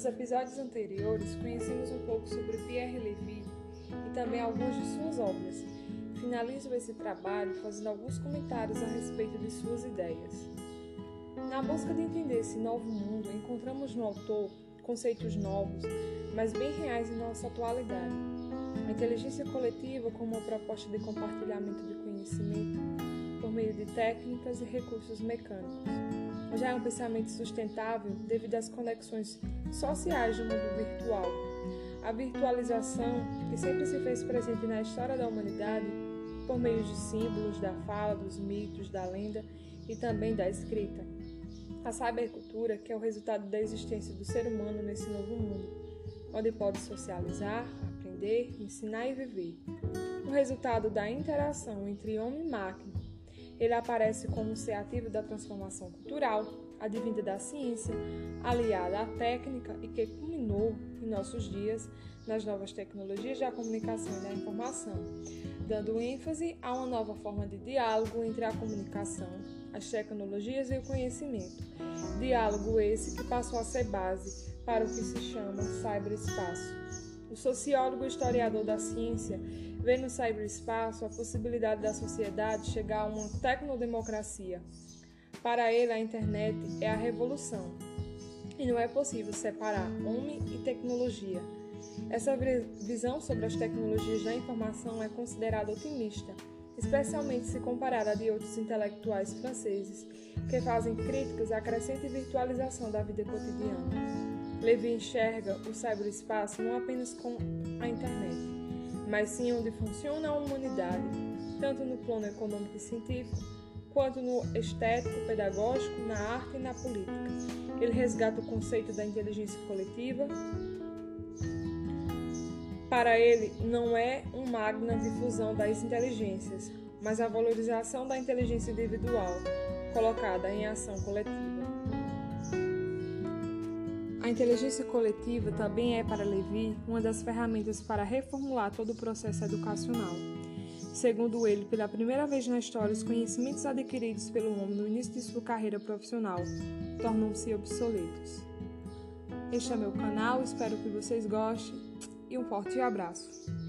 Nos episódios anteriores, conhecemos um pouco sobre Pierre Levy e também algumas de suas obras. Finalizo esse trabalho fazendo alguns comentários a respeito de suas ideias. Na busca de entender esse novo mundo, encontramos no autor conceitos novos, mas bem reais em nossa atualidade. A inteligência coletiva como uma proposta de compartilhamento de conhecimento por meio de técnicas e recursos mecânicos. Já é um pensamento sustentável devido às conexões sociais do mundo virtual. A virtualização, que sempre se fez presente na história da humanidade, por meio de símbolos, da fala, dos mitos, da lenda e também da escrita. A cybercultura, que é o resultado da existência do ser humano nesse novo mundo, onde pode socializar, aprender, ensinar e viver. O resultado da interação entre homem e máquina. Ele aparece como um ser ativo da transformação cultural, advinda da ciência, aliada à técnica e que culminou, em nossos dias, nas novas tecnologias da comunicação e da informação, dando ênfase a uma nova forma de diálogo entre a comunicação, as tecnologias e o conhecimento. Diálogo esse que passou a ser base para o que se chama cyberespaço. O sociólogo e historiador da ciência vê no cyberespaço a possibilidade da sociedade chegar a uma tecnodemocracia. Para ele, a internet é a revolução, e não é possível separar homem e tecnologia. Essa visão sobre as tecnologias da informação é considerada otimista, especialmente se comparada à de outros intelectuais franceses que fazem críticas à crescente virtualização da vida cotidiana. Levy enxerga o cyberespaço não apenas com a internet, mas sim onde funciona a humanidade, tanto no plano econômico e científico, quanto no estético, pedagógico, na arte e na política. Ele resgata o conceito da inteligência coletiva. Para ele, não é uma magna difusão das inteligências, mas a valorização da inteligência individual, colocada em ação coletiva. A inteligência coletiva também é, para Levy, uma das ferramentas para reformular todo o processo educacional. Segundo ele, pela primeira vez na história, os conhecimentos adquiridos pelo homem no início de sua carreira profissional tornam-se obsoletos. Este é meu canal, espero que vocês gostem e um forte abraço.